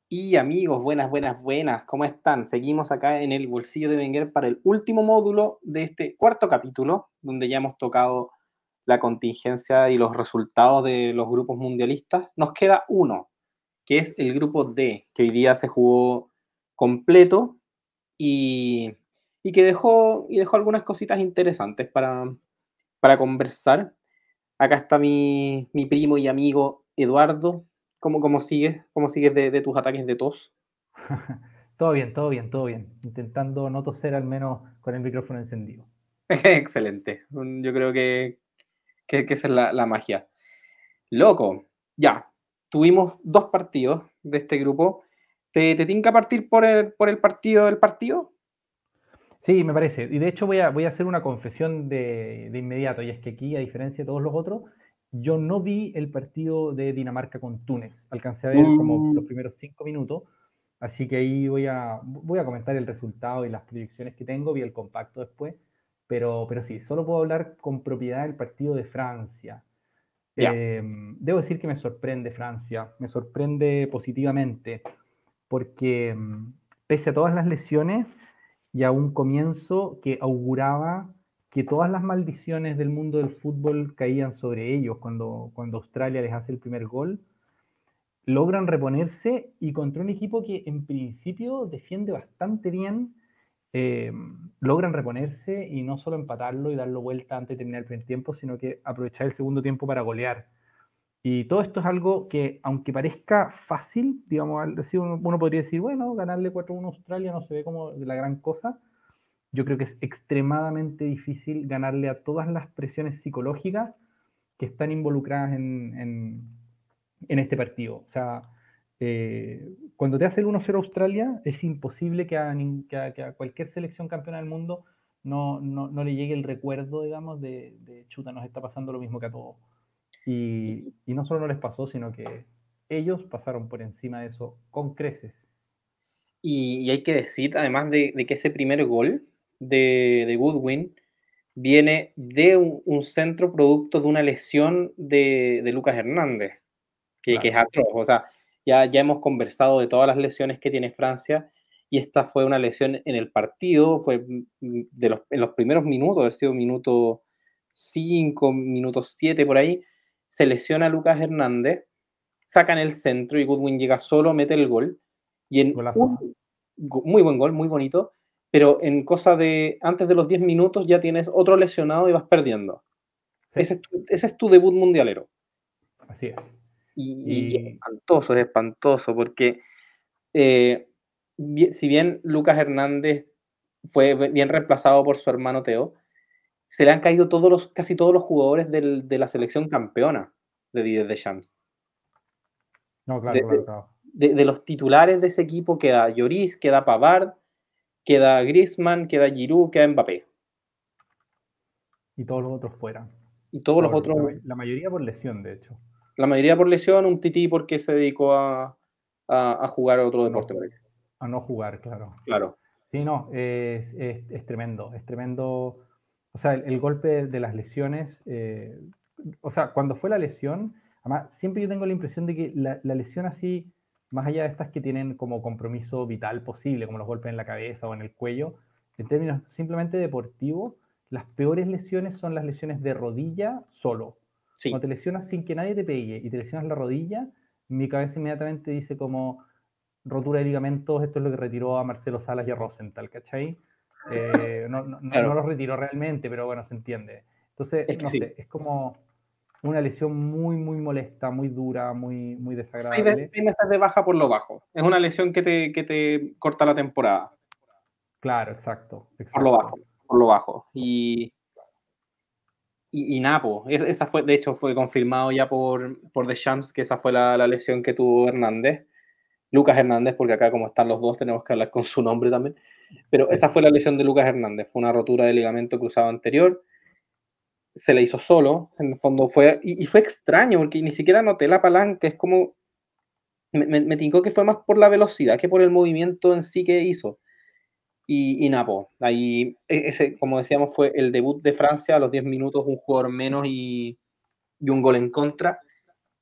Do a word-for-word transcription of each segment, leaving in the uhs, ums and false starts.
Y amigos, buenas, buenas, buenas, ¿cómo están? Seguimos acá en el bolsillo de Wenger para el último módulo de este cuarto capítulo, donde ya hemos tocado la contingencia y los resultados de los grupos mundialistas. Nos queda uno, que es el grupo D, que hoy día se jugó completo y, y que dejó, y dejó algunas cositas interesantes para, para conversar. Acá está mi, mi primo y amigo Eduardo. ¿Cómo, cómo sigues? ¿Cómo sigues de, de tus ataques de tos? Todo bien, todo bien, todo bien. Intentando no toser al menos con el micrófono encendido. Excelente. Un- Yo creo que, que, que esa es la, la magia. Loco, ya. Tuvimos dos partidos de este grupo. ¿Te, te tinca partir por el, por el partido del partido? Sí, me parece. Y de hecho voy a, voy a hacer una confesión de, de inmediato, y es que aquí, a diferencia de todos los otros, yo no vi el partido de Dinamarca con Túnez. Alcancé a ver como Uh, los primeros cinco minutos, así que ahí voy a, voy a comentar el resultado y las proyecciones que tengo, vi el compacto después, pero, pero sí, solo puedo hablar con propiedad del partido de Francia. ya. Eh, Debo decir que me sorprende Francia, me sorprende positivamente, porque mm, pese a todas las lesiones y a un comienzo que auguraba que todas las maldiciones del mundo del fútbol caían sobre ellos cuando, cuando Australia les hace el primer gol, logran reponerse y contra un equipo que en principio defiende bastante bien, eh, logran reponerse y no solo empatarlo y darlo vuelta antes de terminar el primer tiempo, sino que aprovechar el segundo tiempo para golear. Y todo esto es algo que, aunque parezca fácil, digamos, uno, uno podría decir, bueno, ganarle cuatro a uno a Australia no se ve como la gran cosa. Yo creo que es extremadamente difícil ganarle a todas las presiones psicológicas que están involucradas en, en, en este partido. O sea, eh, cuando te hace el uno cero Australia, es imposible que a, que a, que a cualquier selección campeona del mundo no, no, no, le llegue el recuerdo, digamos, de, de chuta, nos está pasando lo mismo que a todos. Y, y no solo no les pasó, sino que ellos pasaron por encima de eso con creces. Y, y hay que decir, además de, de que ese primer gol de, de Goodwin viene de un, un centro producto de una lesión de, de Lucas Hernández, que, que es Claro. atroz. O sea, ya, ya hemos conversado de todas las lesiones que tiene Francia y esta fue una lesión en el partido, fue de los, en los primeros minutos, ha sido minuto cinco, minuto siete por ahí, se lesiona a Lucas Hernández, sacan el centro y Goodwin llega solo, mete el gol y en Golazo. un muy buen gol, muy bonito, pero en cosa de antes de los diez minutos ya tienes otro lesionado y vas perdiendo. Sí, Ese es tu, ese es tu debut mundialero. así es. Y, y es Y espantoso, es espantoso, porque eh, bi- si bien Lucas Hernández fue bien reemplazado por su hermano Teo, se le han caído todos los, casi todos los jugadores del- de la selección campeona de Didier Deschamps. no, De, claro, claro, de- claro. de- de los titulares de ese equipo queda Lloris, queda Pavard, queda Griezmann, queda Giroud, queda Mbappé. Y todos los otros fuera. Y todos los Todos, otros, la, la mayoría por lesión, de hecho. la mayoría por lesión, un tití porque se dedicó a, a, a jugar otro A deporte, no, parece. a no jugar, claro. Claro. Sí, no, es, es, es tremendo, es tremendo. O sea, el, el golpe de, de, las lesiones, eh, o sea, cuando fue la lesión, además, siempre yo tengo la impresión de que la, la lesión así, más allá de estas que tienen como compromiso vital posible, como los golpes en la cabeza o en el cuello, en términos simplemente deportivos, las peores lesiones son las lesiones de rodilla solo. Cuando Sí. te lesionas sin que nadie te pegue y te lesionas la rodilla, mi cabeza inmediatamente dice como rotura de ligamentos, esto es lo que retiró a Marcelo Salas y a Rosenthal, ¿cachai? Eh, no, no, no, Claro. no los retiró realmente, pero bueno, se entiende. Entonces, Es que no sí. sé, es como una lesión muy, muy molesta, muy dura, muy, muy Seis, ve- desagradable. seis meses de baja por lo bajo. Es una lesión que te, que te corta la temporada. Claro, exacto, Por lo exacto. bajo. Por lo bajo. Y, y, y Napo. Esa fue, de hecho, fue confirmado ya por, por Deschamps que esa fue la, la lesión que tuvo Hernández. Lucas Hernández, porque acá como están los dos tenemos que hablar con su nombre también. Pero Sí. esa fue la lesión de Lucas Hernández. Fue una rotura de ligamento cruzado anterior. Se la hizo solo. En el fondo fue. Y, y fue extraño porque ni siquiera noté la palanca. Es como. Me, me, me tincó que fue más por la velocidad que por el movimiento en sí que hizo. Y, y Napo, ahí, e, ese, como decíamos, fue el debut de Francia a los diez minutos, un jugador menos y, y un gol en contra.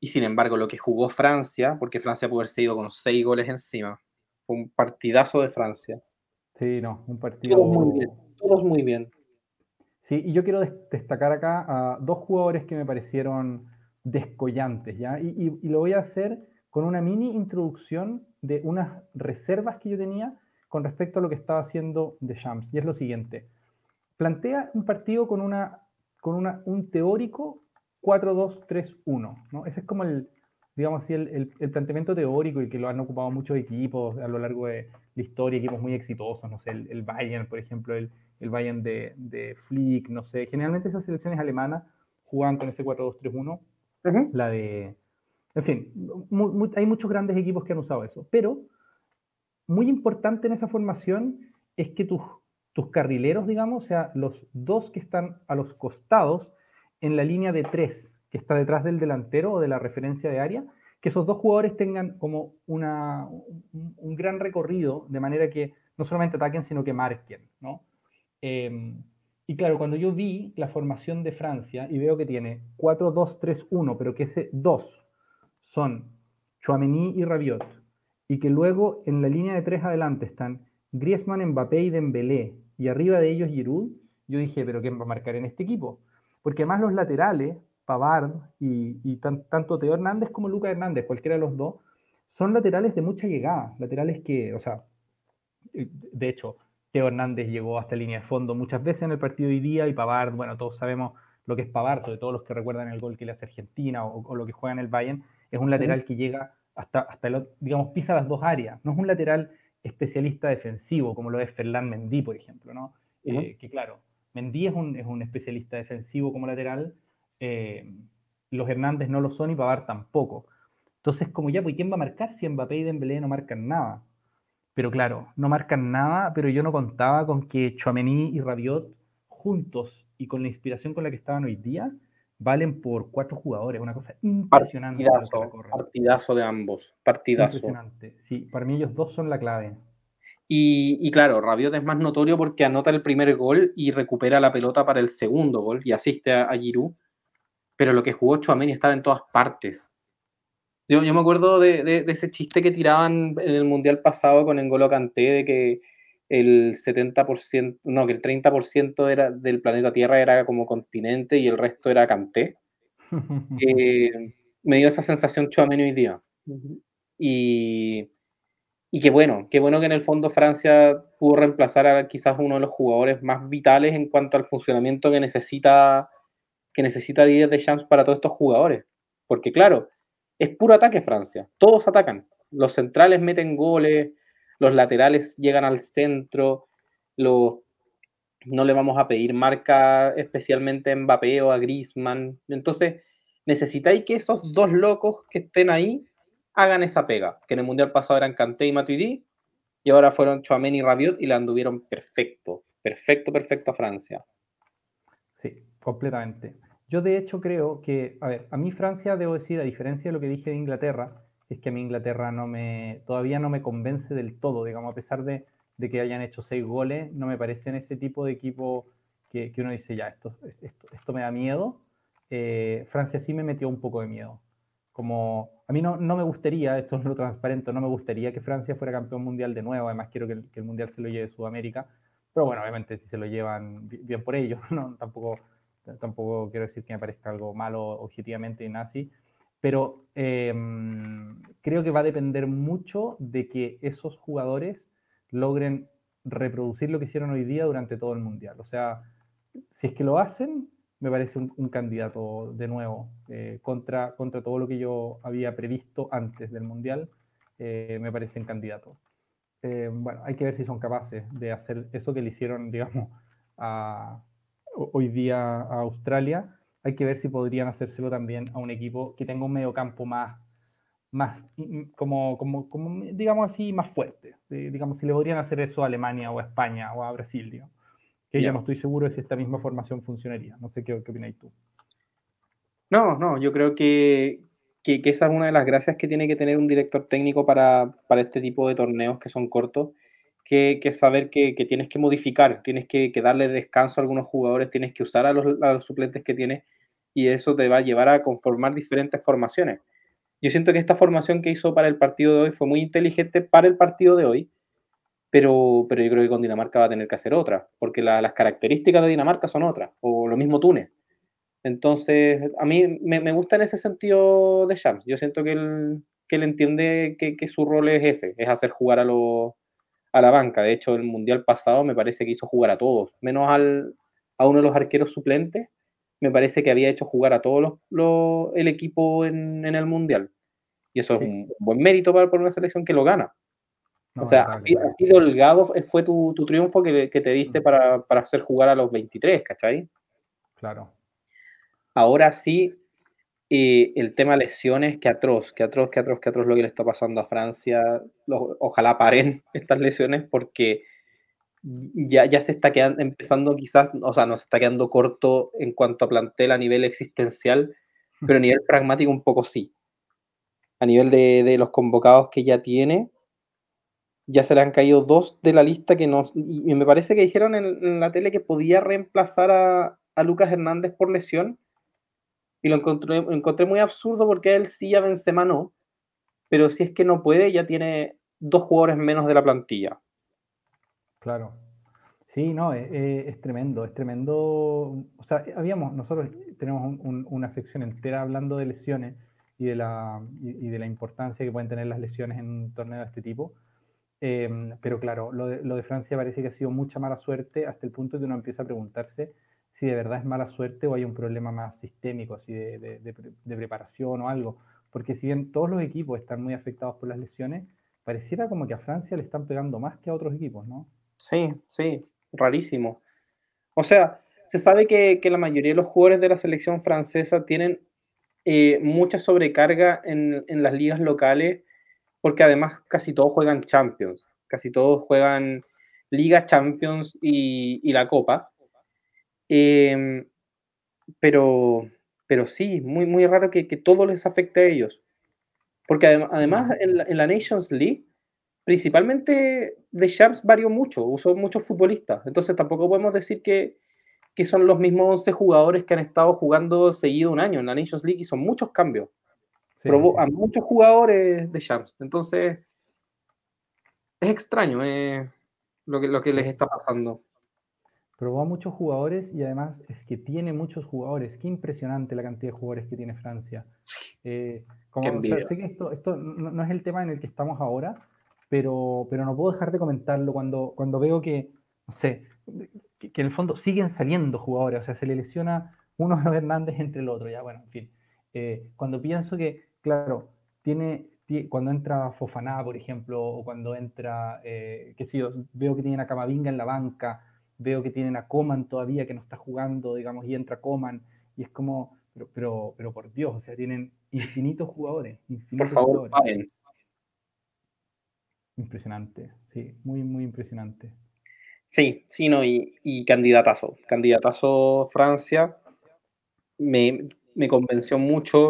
Y sin embargo, lo que jugó Francia, porque Francia pudo haberse ido con seis goles encima, fue un partidazo de Francia. Sí, no, un Todos muy bien, partido. todos muy bien. Sí, y yo quiero des- destacar acá a dos jugadores que me parecieron descollantes, ¿ya? Y, y- y lo voy a hacer con una mini introducción de unas reservas que yo tenía con respecto a lo que estaba haciendo Deschamps. Y es lo siguiente. Plantea un partido con, una, con una, un teórico cuatro dos tres uno, ¿no? Ese es como el, digamos así, el, el, el planteamiento teórico y que lo han ocupado muchos equipos a lo largo de la historia, equipos muy exitosos, no sé, el, el Bayern, por ejemplo, el, el Bayern de, de Flick, no sé. Generalmente esas selecciones alemanas jugaban con ese cuatro dos tres uno, Uh-huh. la de... En fin, mu mu hay muchos grandes equipos que han usado eso, pero muy importante en esa formación es que tus, tus carrileros, digamos, o sea, los dos que están a los costados en la línea de tres, que está detrás del delantero o de la referencia de área, que esos dos jugadores tengan como una, un, un gran recorrido, de manera que no solamente ataquen, sino que marquen, ¿no? Eh, y claro, cuando yo vi la formación de Francia y veo que tiene cuatro dos tres uno, pero que ese dos son Chouameni y Rabiot, y que luego en la línea de tres adelante están Griezmann, Mbappé y Dembélé, y arriba de ellos Giroud, yo dije, pero ¿quién va a marcar en este equipo? Porque además los laterales, Pavard y, y tan, tanto Teo Hernández como Lucas Hernández, cualquiera de los dos, son laterales de mucha llegada, laterales que, o sea, de hecho, Teo Hernández llegó hasta línea de fondo muchas veces en el partido de hoy día, y Pavard, bueno, todos sabemos lo que es Pavard, sobre todo los que recuerdan el gol que le hace Argentina o, o lo que juega en el Bayern, es un Uh-huh. lateral que llega hasta, hasta el, digamos, pisa las dos áreas. No es un lateral especialista defensivo como lo es Ferland Mendy, por ejemplo, ¿no? Uh-huh. Eh, que claro, Mendy es un, es un especialista defensivo como lateral, eh, los Hernández no lo son y Pavard tampoco. Entonces, como ya, pues ¿quién va a marcar si Mbappé y Dembélé no marcan nada? Pero claro, no marcan nada, pero yo no contaba con que Chouameni y Rabiot juntos y con la inspiración con la que estaban hoy día, valen por cuatro jugadores, una cosa impresionante lo que Partidazo, recorren. partidazo de ambos, partidazo. Impresionante. Sí, para mí ellos dos son la clave. Y, y claro, Rabiot es más notorio porque anota el primer gol y recupera la pelota para el segundo gol y asiste a, a Giroud, pero lo que jugó Chouameni estaba en todas partes. Yo, yo me acuerdo de, de, de ese chiste que tiraban en el Mundial pasado con N'Golo Kanté, de que el setenta por ciento, no, que el treinta por ciento era, del planeta Tierra era como continente y el resto era Kanté. Eh, Me dio esa sensación Chouameni hoy día. Y, y qué bueno, qué bueno que en el fondo Francia pudo reemplazar a quizás uno de los jugadores más vitales en cuanto al funcionamiento que necesita, que necesita Didier Deschamps para todos estos jugadores. Porque claro, es puro ataque Francia, todos atacan. Los centrales meten goles, los laterales llegan al centro, los, no le vamos a pedir marca especialmente a Mbappé o a Griezmann. Entonces, necesitáis que esos dos locos que estén ahí hagan esa pega, que en el Mundial pasado eran Kanté y Matuidi, y ahora fueron Chouameni y Rabiot y la anduvieron perfecto, perfecto, perfecto a Francia. Sí, completamente. Yo de hecho creo que, a ver, a mí Francia, debo decir, a diferencia de lo que dije de Inglaterra, es que a mí Inglaterra no me, todavía no me convence del todo, digamos, a pesar de, de que hayan hecho seis goles, no me parecen ese tipo de equipo que, que uno dice, ya, esto, esto, esto me da miedo. Eh, Francia sí me metió un poco de miedo. Como, a mí no, no me gustaría, esto es lo transparente, no me gustaría que Francia fuera campeón mundial de nuevo, además quiero que el, que el mundial se lo lleve Sudamérica, pero bueno, obviamente si se lo llevan bien por ellos, ¿no? tampoco, tampoco quiero decir que me parezca algo malo objetivamente y nada así, pero eh, creo que va a depender mucho de que esos jugadores logren reproducir lo que hicieron hoy día durante todo el Mundial. O sea, si es que lo hacen, me parece un, un candidato de nuevo eh, contra, contra todo lo que yo había previsto antes del Mundial, eh, me parecen candidatos. Eh, bueno, hay que ver si son capaces de hacer eso que le hicieron, digamos, a, hoy día a Australia. Hay que ver si podrían hacérselo también a un equipo que tenga un mediocampo más, más como, como, como, digamos así, más fuerte. Eh, digamos, si le podrían hacer eso a Alemania o a España o a Brasil, digamos. Que yo Yeah. no estoy seguro de si esta misma formación funcionaría. No sé qué, qué opináis tú. No, no, yo creo que, que, que, esa es una de las gracias que tiene que tener un director técnico para, para este tipo de torneos que son cortos, que, que saber que, que, tienes que modificar, tienes que, que, darle descanso a algunos jugadores, tienes que usar a los, a los suplentes que tienes y eso te va a llevar a conformar diferentes formaciones. Yo siento que esta formación que hizo para el partido de hoy fue muy inteligente para el partido de hoy, pero, pero yo creo que con Dinamarca va a tener que hacer otra, porque la, las características de Dinamarca son otras, o lo mismo Túnez. Entonces, a mí me, me gusta en ese sentido de Shams. Yo siento que él, que él entiende que, que su rol es ese, es hacer jugar a, los a la banca. De hecho, el Mundial pasado me parece que hizo jugar a todos, menos al, a uno de los arqueros suplentes. Me parece que había hecho jugar a todos los, los, el equipo en, en el Mundial. Y eso es Sí, un buen mérito para, para una selección que lo gana. O no, sea, así, indudablemente. así de holgado fue tu, tu triunfo que, que, te diste Mm, para, para hacer jugar a los veintitrés, ¿cachai? claro. Ahora sí, eh, el tema lesiones, que atroz, que atroz, que atroz, que atroz lo que le está pasando a Francia. Lo, ojalá paren estas lesiones porque ya, ya se está quedando, empezando quizás, o sea, no se está quedando corto en cuanto a plantel a nivel existencial, pero a nivel pragmático un poco sí. A nivel de, de los convocados que ya tiene, ya se le han caído dos de la lista que no. Y me parece que dijeron en, en la tele que podía reemplazar a, a Lucas Hernández por lesión, y lo encontré, encontré muy absurdo porque a él sí, a Benzema no, pero si es que no puede, ya tiene dos jugadores menos de la plantilla. Claro. Sí, no, es, es- es tremendo, es tremendo. O sea, habíamos, nosotros tenemos un- un- una sección entera hablando de lesiones y de la, y, y de la importancia que pueden tener las lesiones en un torneo de este tipo. Eh, pero claro, lo de, lo de Francia parece que ha sido mucha mala suerte hasta el punto que uno empieza a preguntarse si de verdad es mala suerte o hay un problema más sistémico, así de, de, de, de preparación o algo. Porque si bien todos los equipos están muy afectados por las lesiones, pareciera como que a Francia le están pegando más que a otros equipos, ¿no? Sí, sí, rarísimo. O sea, se sabe que, que la mayoría de los jugadores de la selección francesa tienen eh, mucha sobrecarga en, en las ligas locales, porque además casi todos juegan Champions, casi todos juegan Liga, Champions y, y la Copa. Eh, pero, pero sí, muy, muy raro que, que todo les afecte a ellos. Porque adem- además Mm. en la, en la Nations League, principalmente de Sharps varió mucho, usó muchos futbolistas. Entonces tampoco podemos decir que, que son los mismos once jugadores que han estado jugando seguido un año en la Nations League y son muchos cambios. Sí, sí, Probó sí. a muchos jugadores de Sharps. Entonces es extraño eh, lo, que, lo que les Sí. está pasando. Probó a muchos jugadores y además es que tiene muchos jugadores. Qué impresionante la cantidad de jugadores que tiene Francia. Eh, Qué como, o sea, envidia. sé que esto, esto no, no es el tema en el que estamos ahora, pero, pero no puedo dejar de comentarlo cuando, cuando veo que, no sé, que, que en el fondo siguen saliendo jugadores. O sea, se le lesiona uno de los Hernández entre el otro. Ya, bueno, en fin. Eh, cuando pienso que, claro, tiene, tie- cuando entra Fofaná, por ejemplo, o cuando entra, eh, qué sé yo, veo que tienen a Camavinga en la banca, veo que tienen a Coman todavía que no está jugando, digamos, y entra Coman, y es como, pero, pero, pero por Dios, o sea, tienen infinitos jugadores, Por infinitos favor, jugadores. paren. Impresionante, sí, muy, muy impresionante. Sí, sí, no, y, y candidatazo. Candidatazo Francia. Me, me convenció mucho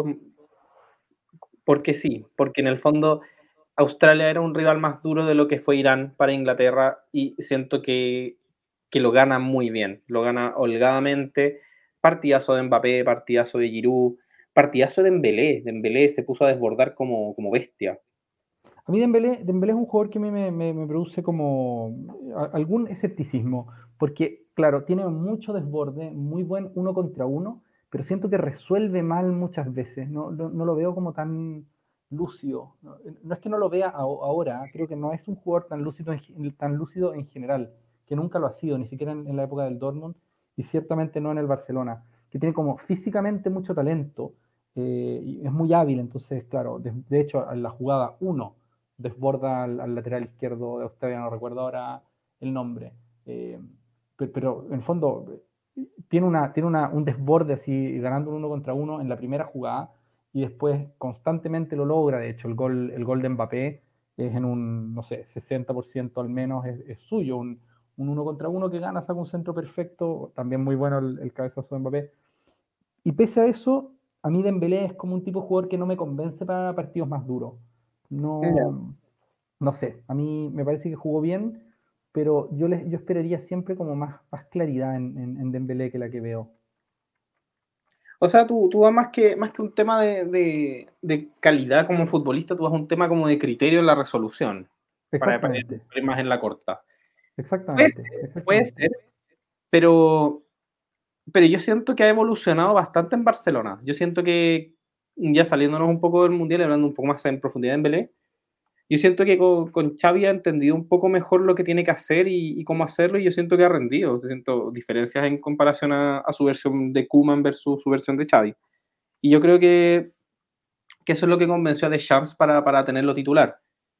porque sí, porque en el fondo Australia era un rival más duro de lo que fue Irán para Inglaterra y siento que, que lo gana muy bien, lo gana holgadamente. Partidazo de Mbappé, partidazo de Giroud, partidazo de Dembélé. Dembélé se puso a desbordar como, como bestia. A mí Dembélé, Dembélé es un jugador que a mí me, me, me produce como a- algún escepticismo, porque, claro, tiene mucho desborde, muy buen uno contra uno, pero siento que resuelve mal muchas veces, no, no, no lo veo como tan lúcido. No, no es que no lo vea a- ahora, creo que no es un jugador tan lúcido, en, gen- tan lúcido en general, que nunca lo ha sido, ni siquiera en, en la época del Dortmund, y ciertamente no en el Barcelona, que tiene como físicamente mucho talento, eh, y es muy hábil, entonces, claro, de, de hecho, en la jugada uno desborda al, al lateral izquierdo de Australia, no recuerdo ahora el nombre. Eh, pero, pero, en el fondo tiene, una, tiene una, un desborde así, ganando un uno contra uno en la primera jugada y después constantemente lo logra. De hecho, el gol, el gol de Mbappé es en un, no sé, sesenta por ciento al menos es, es suyo, un, un uno contra uno que gana, saca un centro perfecto, también muy bueno el, el cabezazo de Mbappé. Y pese a eso, a mí Dembélé es como un tipo de jugador que no me convence para partidos más duros. Ya. No, no sé, a mí me parece que jugó bien, pero yo, les, yo esperaría siempre como más, más claridad en, en, en Dembélé que la que veo. O sea, tú, tú vas más que, más que un tema de, de, de calidad como futbolista, tú vas a un tema como de criterio en la resolución, para, para ir, Exactamente, para ir más en la corta. Puede exactamente, ser, puede exactamente. ser, pero, pero yo siento que ha evolucionado bastante en Barcelona. Yo siento que, ya saliéndonos un poco del Mundial, hablando un poco más en profundidad en Belé, yo siento que con, con Xavi ha entendido un poco mejor lo que tiene que hacer y, y cómo hacerlo, y yo siento que ha rendido. Siento diferencias en comparación a, a su versión de Koeman versus su versión de Xavi. Y yo creo que, que eso es lo que convenció a Deschamps para, para tenerlo titular.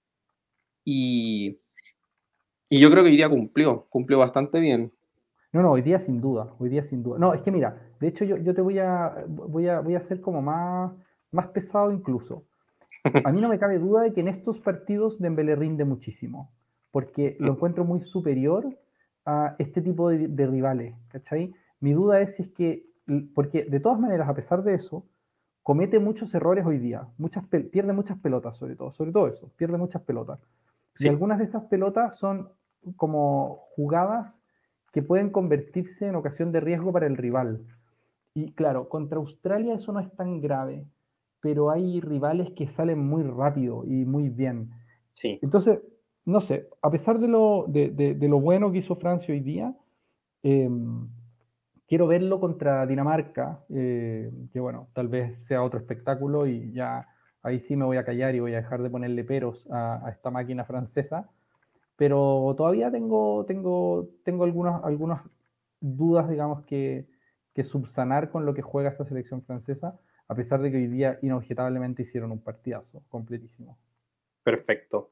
Y, y yo creo que hoy día cumplió, cumplió bastante bien. No, no, hoy día sin duda, hoy día sin duda. No, es que mira, de hecho yo, yo te voy a, voy a, voy a ser como más, más pesado incluso. A mí no me cabe duda de que en estos partidos Dembélé rinde muchísimo, porque lo encuentro muy superior a este tipo de, de rivales, ¿cachai? Mi duda es si es que, porque de todas maneras, a pesar de eso, comete muchos errores hoy día, muchas pierde muchas pelotas sobre todo, sobre todo eso, pierde muchas pelotas. Y Sí, algunas de esas pelotas son como jugadas que pueden convertirse en ocasión de riesgo para el rival. Y claro, contra Australia eso no es tan grave, pero hay rivales que salen muy rápido y muy bien. sí. Entonces, no sé, a pesar de lo, de, de, de lo bueno que hizo Francia hoy día, eh, quiero verlo contra Dinamarca, eh, que bueno, tal vez sea otro espectáculo y ya ahí sí me voy a callar y voy a dejar de ponerle peros a, a esta máquina francesa, pero todavía tengo, tengo, tengo algunas, algunas dudas, digamos, que, que subsanar con lo que juega esta selección francesa, a pesar de que hoy día inobjetablemente hicieron un partidazo completísimo. Perfecto.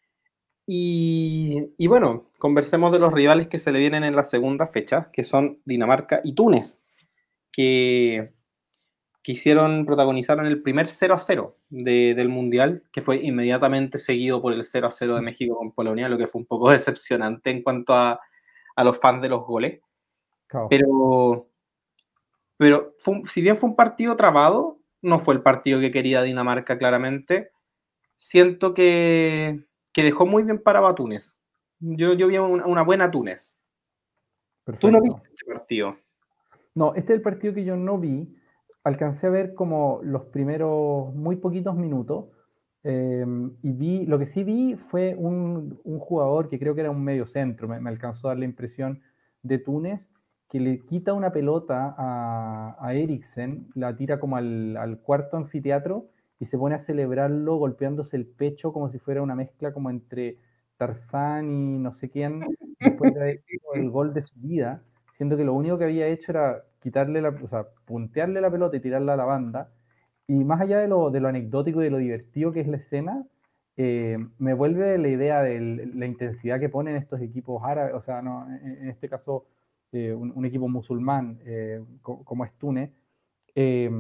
Y, y bueno, conversemos de los rivales que se le vienen en la segunda fecha, que son Dinamarca y Túnez, que, que hicieron, protagonizaron el primer cero a cero de, del Mundial, que fue inmediatamente seguido por el cero a cero de México con Polonia, lo que fue un poco decepcionante en cuanto a, a los fans de los goles. Cao. Pero, pero fue, si bien fue un partido trabado, no fue el partido que quería Dinamarca claramente. Siento que, que dejó muy bien parado a Túnez. Yo, yo vi una, una buena Túnez. ¿Tú no viste Perfecto. este partido? No, este es el partido que yo no vi. Alcancé a ver como los primeros muy poquitos minutos. eh, y vi, lo que sí vi fue un, un jugador que creo que era un medio centro, me, me alcanzó a dar la impresión de Túnez, que le quita una pelota a, a Eriksen, la tira como al, al cuarto anfiteatro y se pone a celebrarlo golpeándose el pecho como si fuera una mezcla como entre Tarzán y no sé quién, después de haber hecho el gol de su vida, siendo que lo único que había hecho era quitarle la, o sea, puntearle la pelota y tirarla a la banda. Y más allá de lo, de lo anecdótico y de lo divertido que es la escena, eh, me vuelve la idea de la intensidad que ponen estos equipos árabes, o sea, no, en, en este caso eh, un, un, equipo musulmán eh, co como es Túnez. Eh,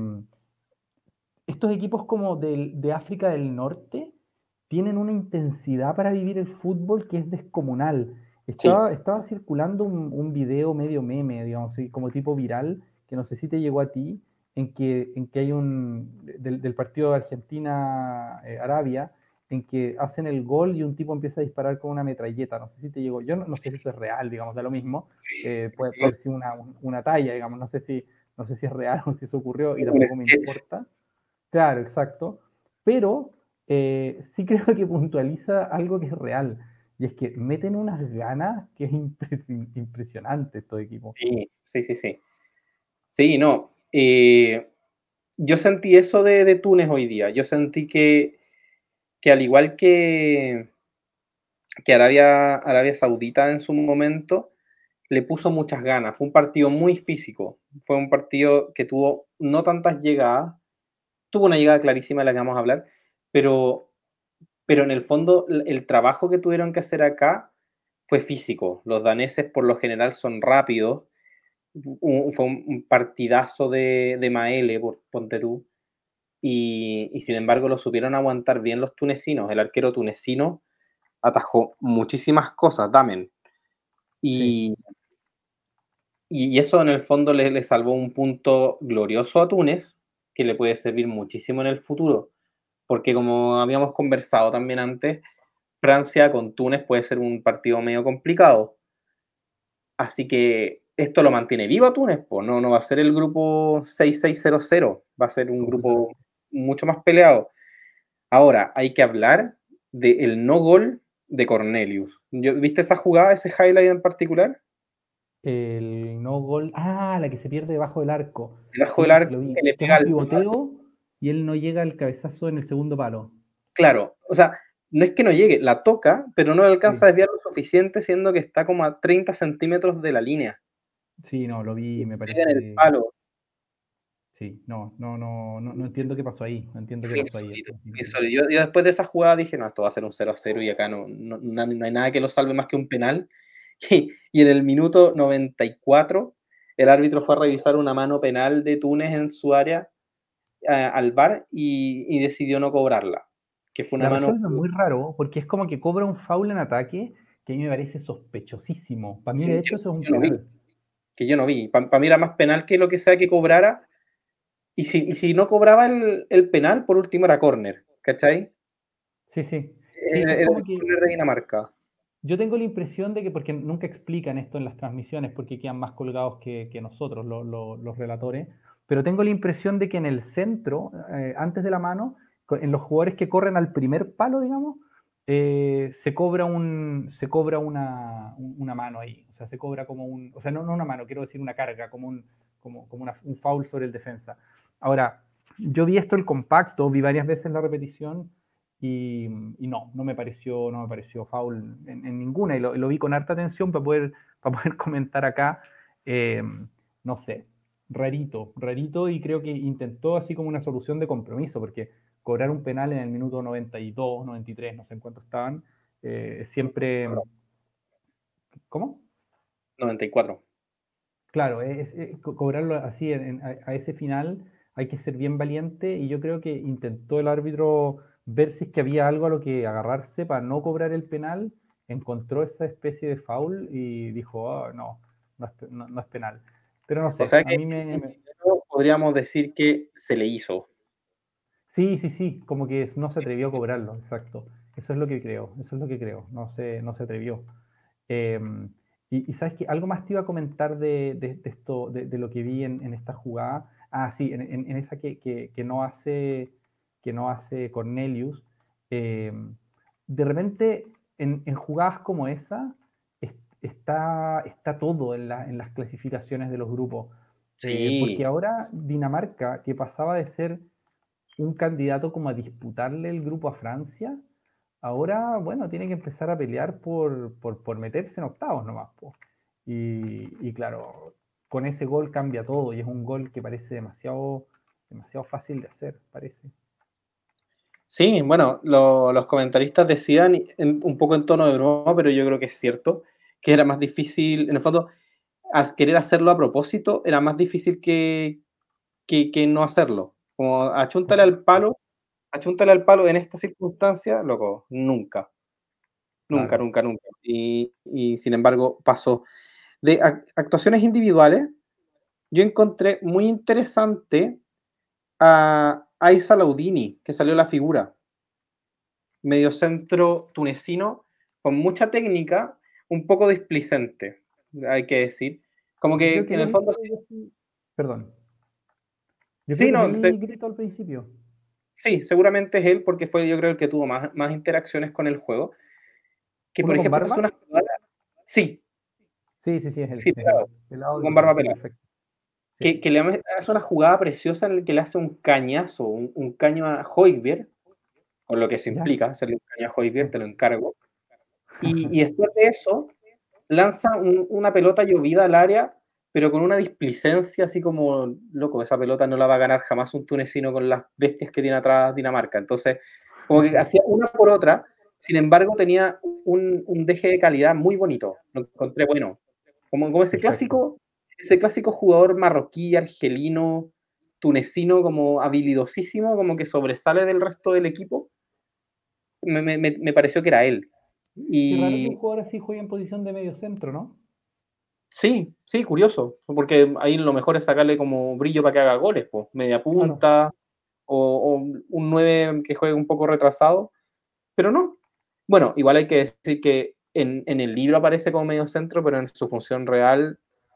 estos equipos como del, de África del Norte tienen una intensidad para vivir el fútbol que es descomunal. Sí, Estaba, estaba circulando un, un video medio meme, digamos, como tipo viral, que no sé si te llegó a ti, en que, en que hay un, del, del partido de Argentina-Arabia, en que hacen el gol y un tipo empieza a disparar con una metralleta. No sé si te llegó, yo no, no sé si eso es real, digamos, da lo mismo, eh, puede, puede haber sido una, una talla, digamos, no sé, si, no sé si es real o si eso ocurrió y un tampoco me sketch. importa. Claro, exacto. Pero eh, sí creo que puntualiza algo que es real. Y es que meten unas ganas que es impre- impresionante estos equipos. Sí, sí, sí, sí. Sí, no. Eh, yo sentí eso de, de Túnez hoy día. Yo sentí que, que al igual que, que Arabia, Arabia Saudita en su momento, le puso muchas ganas. Fue un partido muy físico. Fue un partido que tuvo no tantas llegadas. Tuvo una llegada clarísima de la que vamos a hablar, pero, pero en el fondo el, el trabajo que tuvieron que hacer acá fue físico. Los daneses por lo general son rápidos. Un, fue un partidazo de, de Maele, por ponte tú. Y, y sin embargo lo supieron aguantar bien los tunecinos. El arquero tunecino atajó muchísimas cosas, Damen. Sí, Y, y eso en el fondo le, le salvó un punto glorioso a Túnez, que le puede servir muchísimo en el futuro. Porque como habíamos conversado también antes, Francia con Túnez puede ser un partido medio complicado. Así que esto lo mantiene vivo a Túnez, pues no, no va a ser el grupo seis seis cero cero, va a ser un grupo mucho más peleado. Ahora, hay que hablar del no gol de Cornelius. Yo- ¿Viste esa jugada, ese highlight en particular? El no gol. Ah, la que se pierde debajo del arco. Debajo del Sí, sí, arco lo vi. que le Que es pega un al... pivoteo y él no llega al cabezazo en el segundo palo. Claro, o sea, no es que no llegue, la toca, pero no le alcanza Sí, a desviar lo suficiente, siendo que está como a treinta centímetros de la línea. sí, no, lo vi, Y y me pega en el parece. palo. Sí, no, no, no, no, no entiendo qué pasó ahí. No entiendo qué Fue pasó ahí. insólito, fue Definitivamente. insólito. Yo, yo después de esa jugada dije, no, esto va a ser un cero a cero y acá no, no, no- no hay nada que lo salve más que un penal. Y, y en el minuto noventa y cuatro, el árbitro fue a revisar una mano penal de Túnez en su área eh, al V A R y, y decidió no cobrarla, que fue una La mano resuelve muy raro porque es como que cobra un foul en ataque que a mí me parece sospechosísimo. Para mí, que de yo, hecho, eso es un yo no vi, penal. que yo no vi. Para mí era más penal que lo que sea que cobrara. Y si, y si no cobraba el, el penal, por último era córner, ¿cachai? Sí, sí. Sí, Era, es era como el que córner de Dinamarca. yo tengo la impresión de que, porque nunca explican esto en las transmisiones, porque quedan más colgados que, que nosotros, lo- lo- los relatores, pero tengo la impresión de que en el centro, eh, antes de la mano, co- en los jugadores que corren al primer palo, digamos, eh, se cobra, un, se cobra una, un- una mano ahí. O sea, se cobra como un. O sea, no, no una mano, quiero decir una carga, como un, como, como una- un foul sobre el defensa. Ahora, yo vi esto el compacto, vi varias veces la repetición y, y no, no me pareció, no me pareció foul en, en ninguna, y lo, lo, vi con harta atención para poder, para poder comentar acá. Eh, no sé, rarito, rarito, y creo que intentó así como una solución de compromiso, porque cobrar un penal en el minuto noventa y dos, noventa y tres, no sé en cuánto estaban, eh, siempre. ¿Cómo? noventa y cuatro. Claro, es, es- co- cobrarlo así en- en- a, a ese final hay que ser bien valiente, y yo creo que intentó el árbitro ver si es que había algo a lo que agarrarse para no cobrar el penal, encontró esa especie de foul y dijo, "Ah, no, no es, pe- no- no es penal". Pero no O sé, sea a que mí me, en me- chileno podríamos decir que se le hizo. Sí, sí, sí, como que no se atrevió a cobrarlo, exacto. Eso es lo que creo, eso es lo que creo, no se, no se atrevió. Eh, y, y sabes que algo más te iba a comentar de, de- de esto, de, de lo que vi en, en esta jugada. Ah, sí, en, en- en esa que, que- que no hace, que no hace Cornelius. Eh, de repente, en, en jugadas como esa, es- está, está todo en, la- en las clasificaciones de los grupos. Eh, porque Sí, ahora Dinamarca, que pasaba de ser un candidato como a disputarle el grupo a Francia, ahora, bueno, tiene que empezar a pelear por, por, por meterse en octavos nomás, po. Y, y claro, con ese gol cambia todo, y es un gol que parece demasiado, demasiado fácil de hacer, parece. sí, bueno, lo- los comentaristas decían, en- un poco en tono de broma, pero yo creo que es cierto, que era más difícil, en el fondo, as- querer hacerlo a propósito era más difícil que, que, que no hacerlo. Como achúntale al Exacto, palo, achúntale al palo en esta circunstancia, loco, nunca, nunca, claro. nunca, nunca. Y, y sin embargo pasó. De ac- actuaciones individuales, yo encontré muy interesante a Aissa Laudini, que salió la figura, mediocentro tunecino, con mucha técnica, un poco displicente, hay que decir. Como Yo creo que que en él el es el fondo, que yo sí- Perdón. Yo creo sí, que es no, se- el grito al principio. sí, seguramente es él, porque fue yo creo el que tuvo más, más interacciones con el juego. Que por ¿Uno con ejemplo hace barba? una jugada, sí, Sí, sí, sí, es él, sí, es él. pelado, Pelado con bigote, barba sí, pelada. perfecto. Sí, Que, que le hace una jugada preciosa en la que le hace un cañazo, un, un caño a Højbjerg, con lo que eso ya, implica, hacerle un caño a sí. Højbjerg, te lo encargo. Y, y después de eso, lanza un- una pelota llovida al área, pero con una displicencia así como, loco, esa pelota no la va a ganar jamás un tunecino con las bestias que tiene atrás Dinamarca. Entonces, como que hacía una por otra, sin embargo, tenía un, un deje de calidad muy bonito. Lo encontré bueno. Como, como ese Perfecto. clásico, ese clásico jugador marroquí, argelino, tunecino, como habilidosísimo, como que sobresale del resto del equipo. Me, me, me me pareció que era él. Qué raro que un Y, jugador así juegue en posición de medio centro, ¿no? sí, sí, curioso, porque ahí lo mejor es sacarle como brillo para que haga goles, pues, media Claro. punta o, o un nueve que juegue un poco retrasado, pero no. Bueno, igual hay que decir que en, en el libro aparece como medio centro, pero en su función real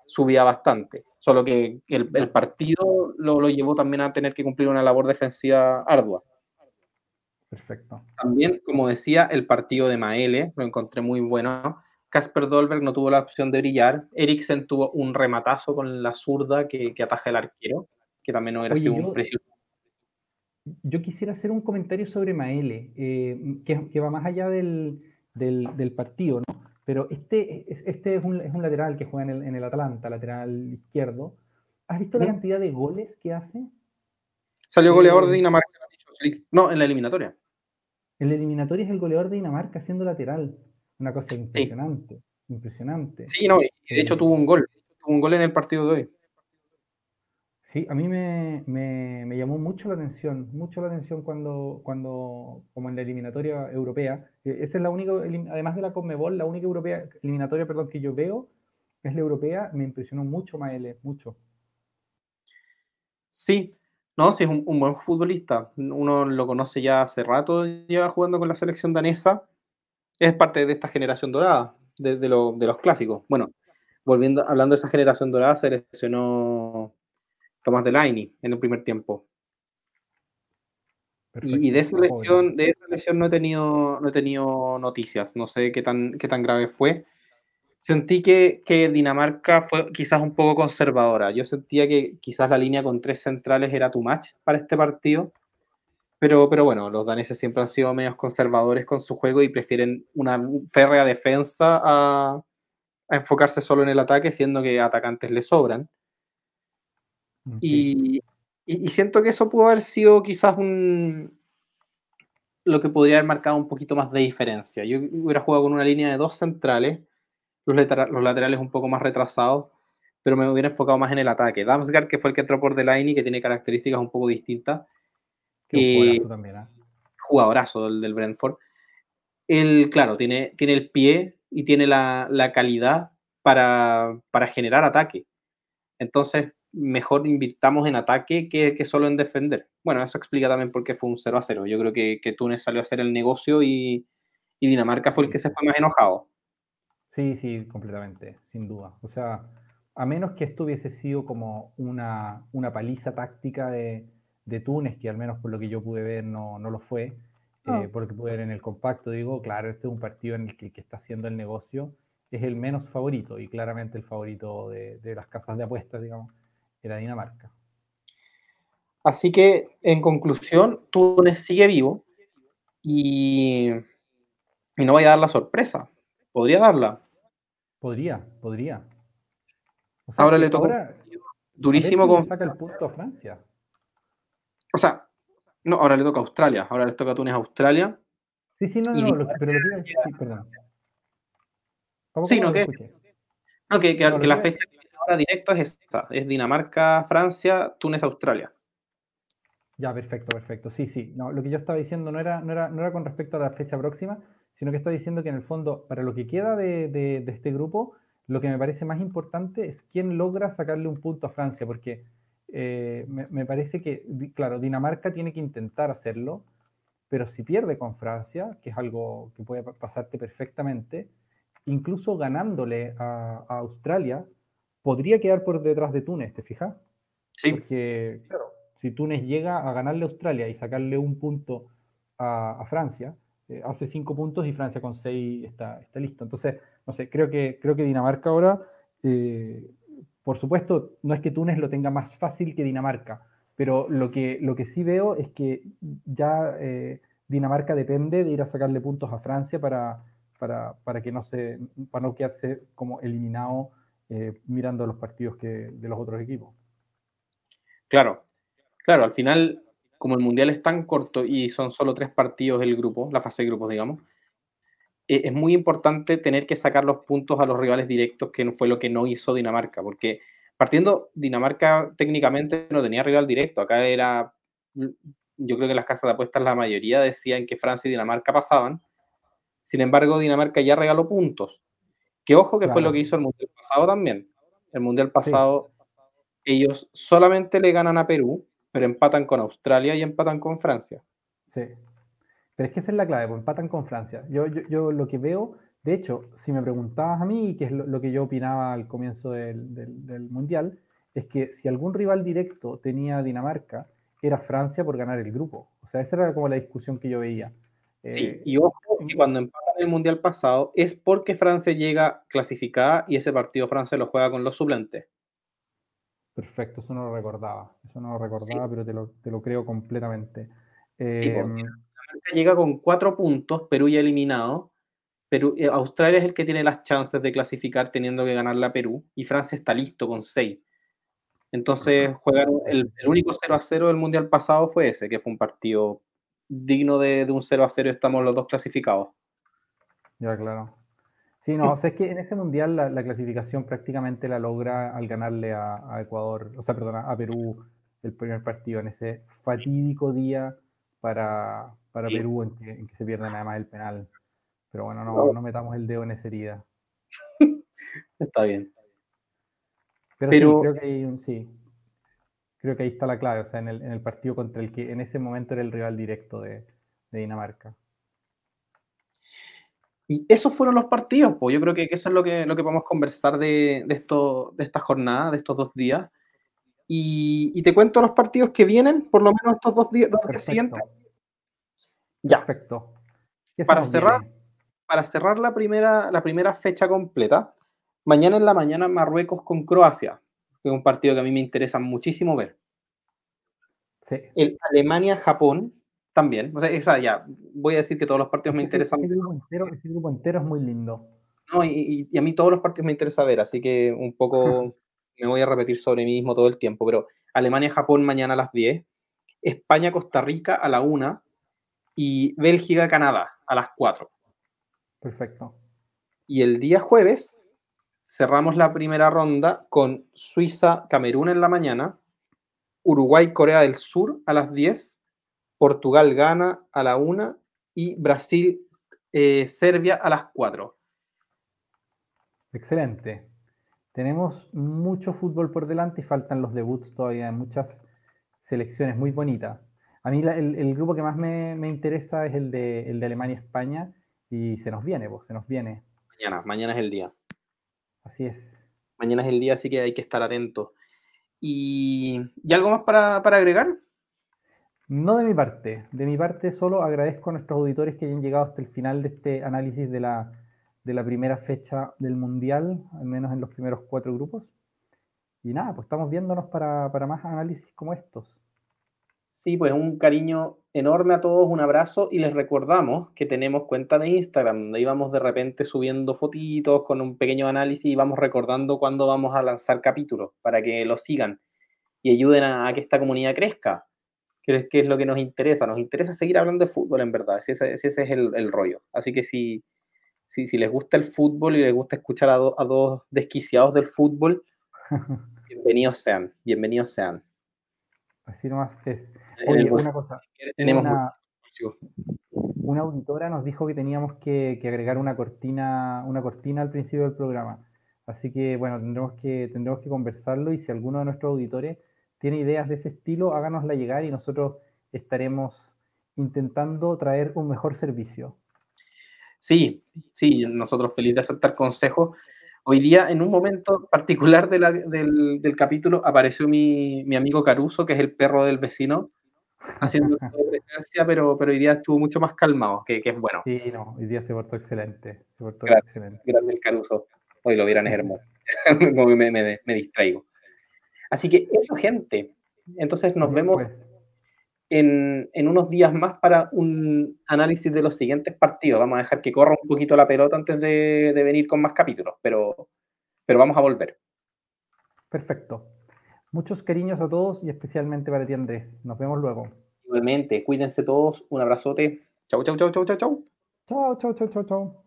subía bastante, solo que el, el partido lo, lo llevó también a tener que cumplir una labor defensiva ardua. Perfecto. También, como decía, el partido de Maele lo encontré muy bueno. Casper Dolberg no tuvo la opción de brillar. Eriksen tuvo un rematazo con la zurda que, que ataja el arquero, que también no hubiera Oye, sido un yo, precio. yo quisiera hacer un comentario sobre Maele, eh, que, que va más allá del, del, del partido, ¿no? Pero este, este es, un, es un lateral que juega en el, en el Atlanta, lateral izquierdo. ¿Has visto la ¿Mm? cantidad de goles que hace? Salió goleador de Eh, Dinamarca en la Nations League. No, en la eliminatoria. En la eliminatoria es el goleador de Dinamarca siendo lateral. Una cosa Sí, impresionante, impresionante. sí, no, y de hecho Eh, tuvo un gol. Tuvo un gol en el partido de hoy. sí, a mí me, me- me llamó mucho la atención, mucho la atención cuando, cuando como en la eliminatoria europea, eh, esa es la única, elim- además de la Conmebol, la única europea, eliminatoria, perdón, que yo veo es la europea, me impresionó mucho Maele, mucho. Sí, no, sí, es un, un buen futbolista. Uno lo conoce ya hace rato, lleva jugando con la selección danesa. Es parte de esta generación dorada, de, de, lo- de los clásicos. Bueno, volviendo, hablando de esa generación dorada, se lesionó Tomás Delaney en el primer tiempo. Y, y de Perfecto, esa era joven. lesión, de esa lesión no he tenido, no he tenido noticias. No sé qué tan, qué tan grave fue. Sentí que, que Dinamarca fue quizás un poco conservadora. Yo sentía que quizás la línea con tres centrales era too much para este partido. Pero, pero bueno, los daneses siempre han sido medios conservadores con su juego y prefieren una férrea defensa a, a enfocarse solo en el ataque, siendo que atacantes le sobran. Ok. Y, y, y siento que eso pudo haber sido quizás un, lo que podría haber marcado un poquito más de diferencia. Yo hubiera jugado con una línea de dos centrales, los, letera- los laterales un poco más retrasados, pero me hubiera enfocado más en el ataque. Damsgaard, que fue el que entró por Delaney, que tiene características un poco distintas, Qué un eh, jugadorazo también, ¿ah? jugadorazo del, del Brentford. Él, claro, tiene, tiene el pie y tiene la, la calidad para, para generar ataque. Entonces, mejor invirtamos en ataque que, que solo en defender. Bueno, eso explica también por qué fue un cero a cero. Yo creo que, que Túnez salió a hacer el negocio y, y Dinamarca fue el Sí, que se sí. fue más enojado. Sí, sí, completamente, sin duda. O sea, a menos que esto hubiese sido como una, una paliza táctica de, de Túnez, que al menos por lo que yo pude ver no, no lo fue, Ah. eh, porque pude ver en el compacto, digo, claro, ese es un partido en el que el que está haciendo el negocio es el menos favorito, y claramente el favorito de, de las casas de apuestas, digamos, era Dinamarca. Así que, en conclusión, Túnez sigue vivo y, y no vaya a dar la sorpresa. Podría darla. Podría, podría. O sea Ahora que le tocó un ahora, partido a ver durísimo quién le con... saca el punto a Francia. O sea, no, ahora le toca a Australia. Ahora les toca a Túnez a Australia. Sí, sí, no, no, Y no, lo que- Dinamarca pero lo que iba a decir, sí, perdón. ¿Cómo, sí, cómo no, no te que, escuché? no, que, No, que, lo que que la iba, fecha que viene ahora directa es esa. Es Dinamarca, Francia, Túnez, Australia. ya, perfecto, perfecto. Sí, sí. No, lo que yo estaba diciendo no era, no era, no era con respecto a la fecha próxima, sino que estaba diciendo que en el fondo, para lo que queda de, de- de este grupo, lo que me parece más importante es quién logra sacarle un punto a Francia, porque eh, me, me parece que, di- claro, Dinamarca tiene que intentar hacerlo, pero si pierde con Francia, que es algo que puede pa- pasarte perfectamente, incluso ganándole a, a Australia, podría quedar por detrás de Túnez, ¿te fijas? Sí, Porque, claro, si Túnez llega a ganarle a Australia y sacarle un punto a, a Francia, eh, hace cinco puntos y Francia con seis está, está listo. Entonces, no sé, creo que, creo que Dinamarca ahora, eh, por supuesto, no es que Túnez lo tenga más fácil que Dinamarca, pero lo que, lo que sí veo es que ya eh, Dinamarca depende de ir a sacarle puntos a Francia para, para, para que no se, para no quedarse como eliminado eh, mirando los partidos que, de los otros equipos. claro. Claro, al final, como el Mundial es tan corto y son solo tres partidos el grupo, la fase de grupos, digamos, eh, es muy importante tener que sacar los puntos a los rivales directos, que no fue lo que no hizo Dinamarca, porque partiendo, Dinamarca técnicamente no tenía rival directo, acá era, yo creo que las casas de apuestas la mayoría decían que Francia y Dinamarca pasaban, sin embargo Dinamarca ya regaló puntos, que ojo que fue lo que Claro, hizo el Mundial pasado también, el Mundial sí, pasado ellos solamente le ganan a Perú, pero empatan con Australia y empatan con Francia. sí. Pero es que esa es la clave, pues empatan con Francia. Yo, yo, yo lo que veo De hecho, si me preguntabas a mí, que es lo, lo que yo opinaba al comienzo del, del- del Mundial, es que si algún rival directo tenía Dinamarca, era Francia por ganar el grupo. O sea, esa era como la discusión que yo veía. Sí, Eh, y ojo que mm, cuando empatan el Mundial pasado es porque Francia llega clasificada y ese partido Francia lo juega con los suplentes. Perfecto, eso no lo recordaba. Eso no lo recordaba, Sí, pero te lo, te lo creo completamente. sí, Eh, pues Dinamarca llega con cuatro puntos, Perú ya eliminado. Perú, eh, Australia es el que tiene las chances de clasificar teniendo que ganarle a Perú y Francia está listo con seis. Entonces juegan el, el único cero a cero del Mundial pasado fue ese, que fue un partido digno de, de un cero a cero y estamos los dos clasificados. ya, claro. Sí, no, o sea, es que en ese mundial la, la clasificación prácticamente la logra al ganarle a, a Ecuador, o sea, perdona, a Perú el primer partido en ese fatídico día para, para Sí. Perú en que, en que se pierde nada más el penal. Pero bueno, no, No, no metamos el dedo en esa herida. está bien. Pero sí, Pero creo que ahí, sí, creo que ahí está la clave, o sea, en el, en el partido contra el que en ese momento era el rival directo de, de Dinamarca. y esos fueron los partidos, pues yo creo que eso es lo que, lo que podemos conversar de, de, esto, de esta jornada, de estos dos días. Y, y te cuento los partidos que vienen, por lo menos estos dos días, dos días siguientes. Perfecto, Ya, perfecto. ¿Qué se para nos cerrar, viene? para cerrar la primera, la primera fecha completa, mañana en la mañana Marruecos con Croacia, que es un partido que a mí me interesa muchísimo ver. Sí. El Alemania-Japón también. O sea, esa ya, voy a decir que todos los partidos Es me que ese, interesan ese ver, grupo entero, ese grupo entero es muy lindo. ¿no? Y, y- y a mí todos los partidos me interesa ver, así que un poco me voy a repetir sobre mí mismo todo el tiempo, pero Alemania-Japón mañana a las diez, España-Costa Rica a la una y Bélgica-Canadá a las cuatro. Perfecto. Y el día jueves cerramos la primera ronda con Suiza-Camerún en la mañana, Uruguay-Corea del Sur a las diez, Portugal-Ghana a la una y Brasil-Serbia a las cuatro. Excelente. Tenemos mucho fútbol por delante y faltan los debuts todavía en muchas selecciones muy bonitas. A mí la- el, el grupo que más me, me interesa es el de, el de Alemania-España y se nos viene, pues, se nos viene. Mañana, mañana es el día. Así es. Mañana es el día, así que hay que estar atentos. ¿Y, ¿y algo más para, para agregar? No de mi parte. De mi parte solo agradezco a nuestros auditores que hayan llegado hasta el final de este análisis de la, de la primera fecha del Mundial, al menos en los primeros cuatro grupos. Y nada, pues estamos viéndonos para, para más análisis como estos. Sí, pues un cariño enorme a todos, un abrazo y les recordamos que tenemos cuenta de Instagram, donde íbamos de repente subiendo fotitos con un pequeño análisis y vamos recordando cuándo vamos a lanzar capítulos para que lo sigan y ayuden a, a que esta comunidad crezca, que es, que es lo que nos interesa. Nos interesa seguir hablando de fútbol, en verdad, si ese, si ese es el, el rollo. Así que si, si, si les gusta el fútbol y les gusta escuchar a, do, a dos desquiciados del fútbol, bienvenidos sean, bienvenidos sean. Así nomás es. En el Oye, una bolsillo cosa. Hubo tenemos mucho una, espacio. una auditora nos dijo que teníamos que, que agregar una cortina, una cortina al principio del programa. Así que, bueno, tendremos que, tendremos que conversarlo y si alguno de nuestros auditores tiene ideas de ese estilo, háganosla llegar y nosotros estaremos intentando traer un mejor servicio. Sí, sí, nosotros felices de aceptar consejos. Hoy día, en un momento particular de la- del, del capítulo, apareció mi, mi amigo Caruso, que es el perro del vecino, haciendo presencia, pero, pero hoy día estuvo mucho más calmado, que, que es bueno. Sí, no, hoy día se portó excelente, se portó Grande, excelente. grande el Caruso. Hoy lo vieran, es hermoso. Como me, me, me distraigo. Así que eso, gente. Entonces nos Bien, vemos pues, en, en unos días más para un análisis de los siguientes partidos. Vamos a dejar que corra un poquito la pelota antes de, de venir con más capítulos, pero, pero vamos a volver. perfecto. Muchos cariños a todos y especialmente para ti, Andrés. Nos vemos luego. Igualmente, cuídense todos, un abrazote. Chau, chau, chau, chau, chau, chau. Chao, chao, chao, chao, chao.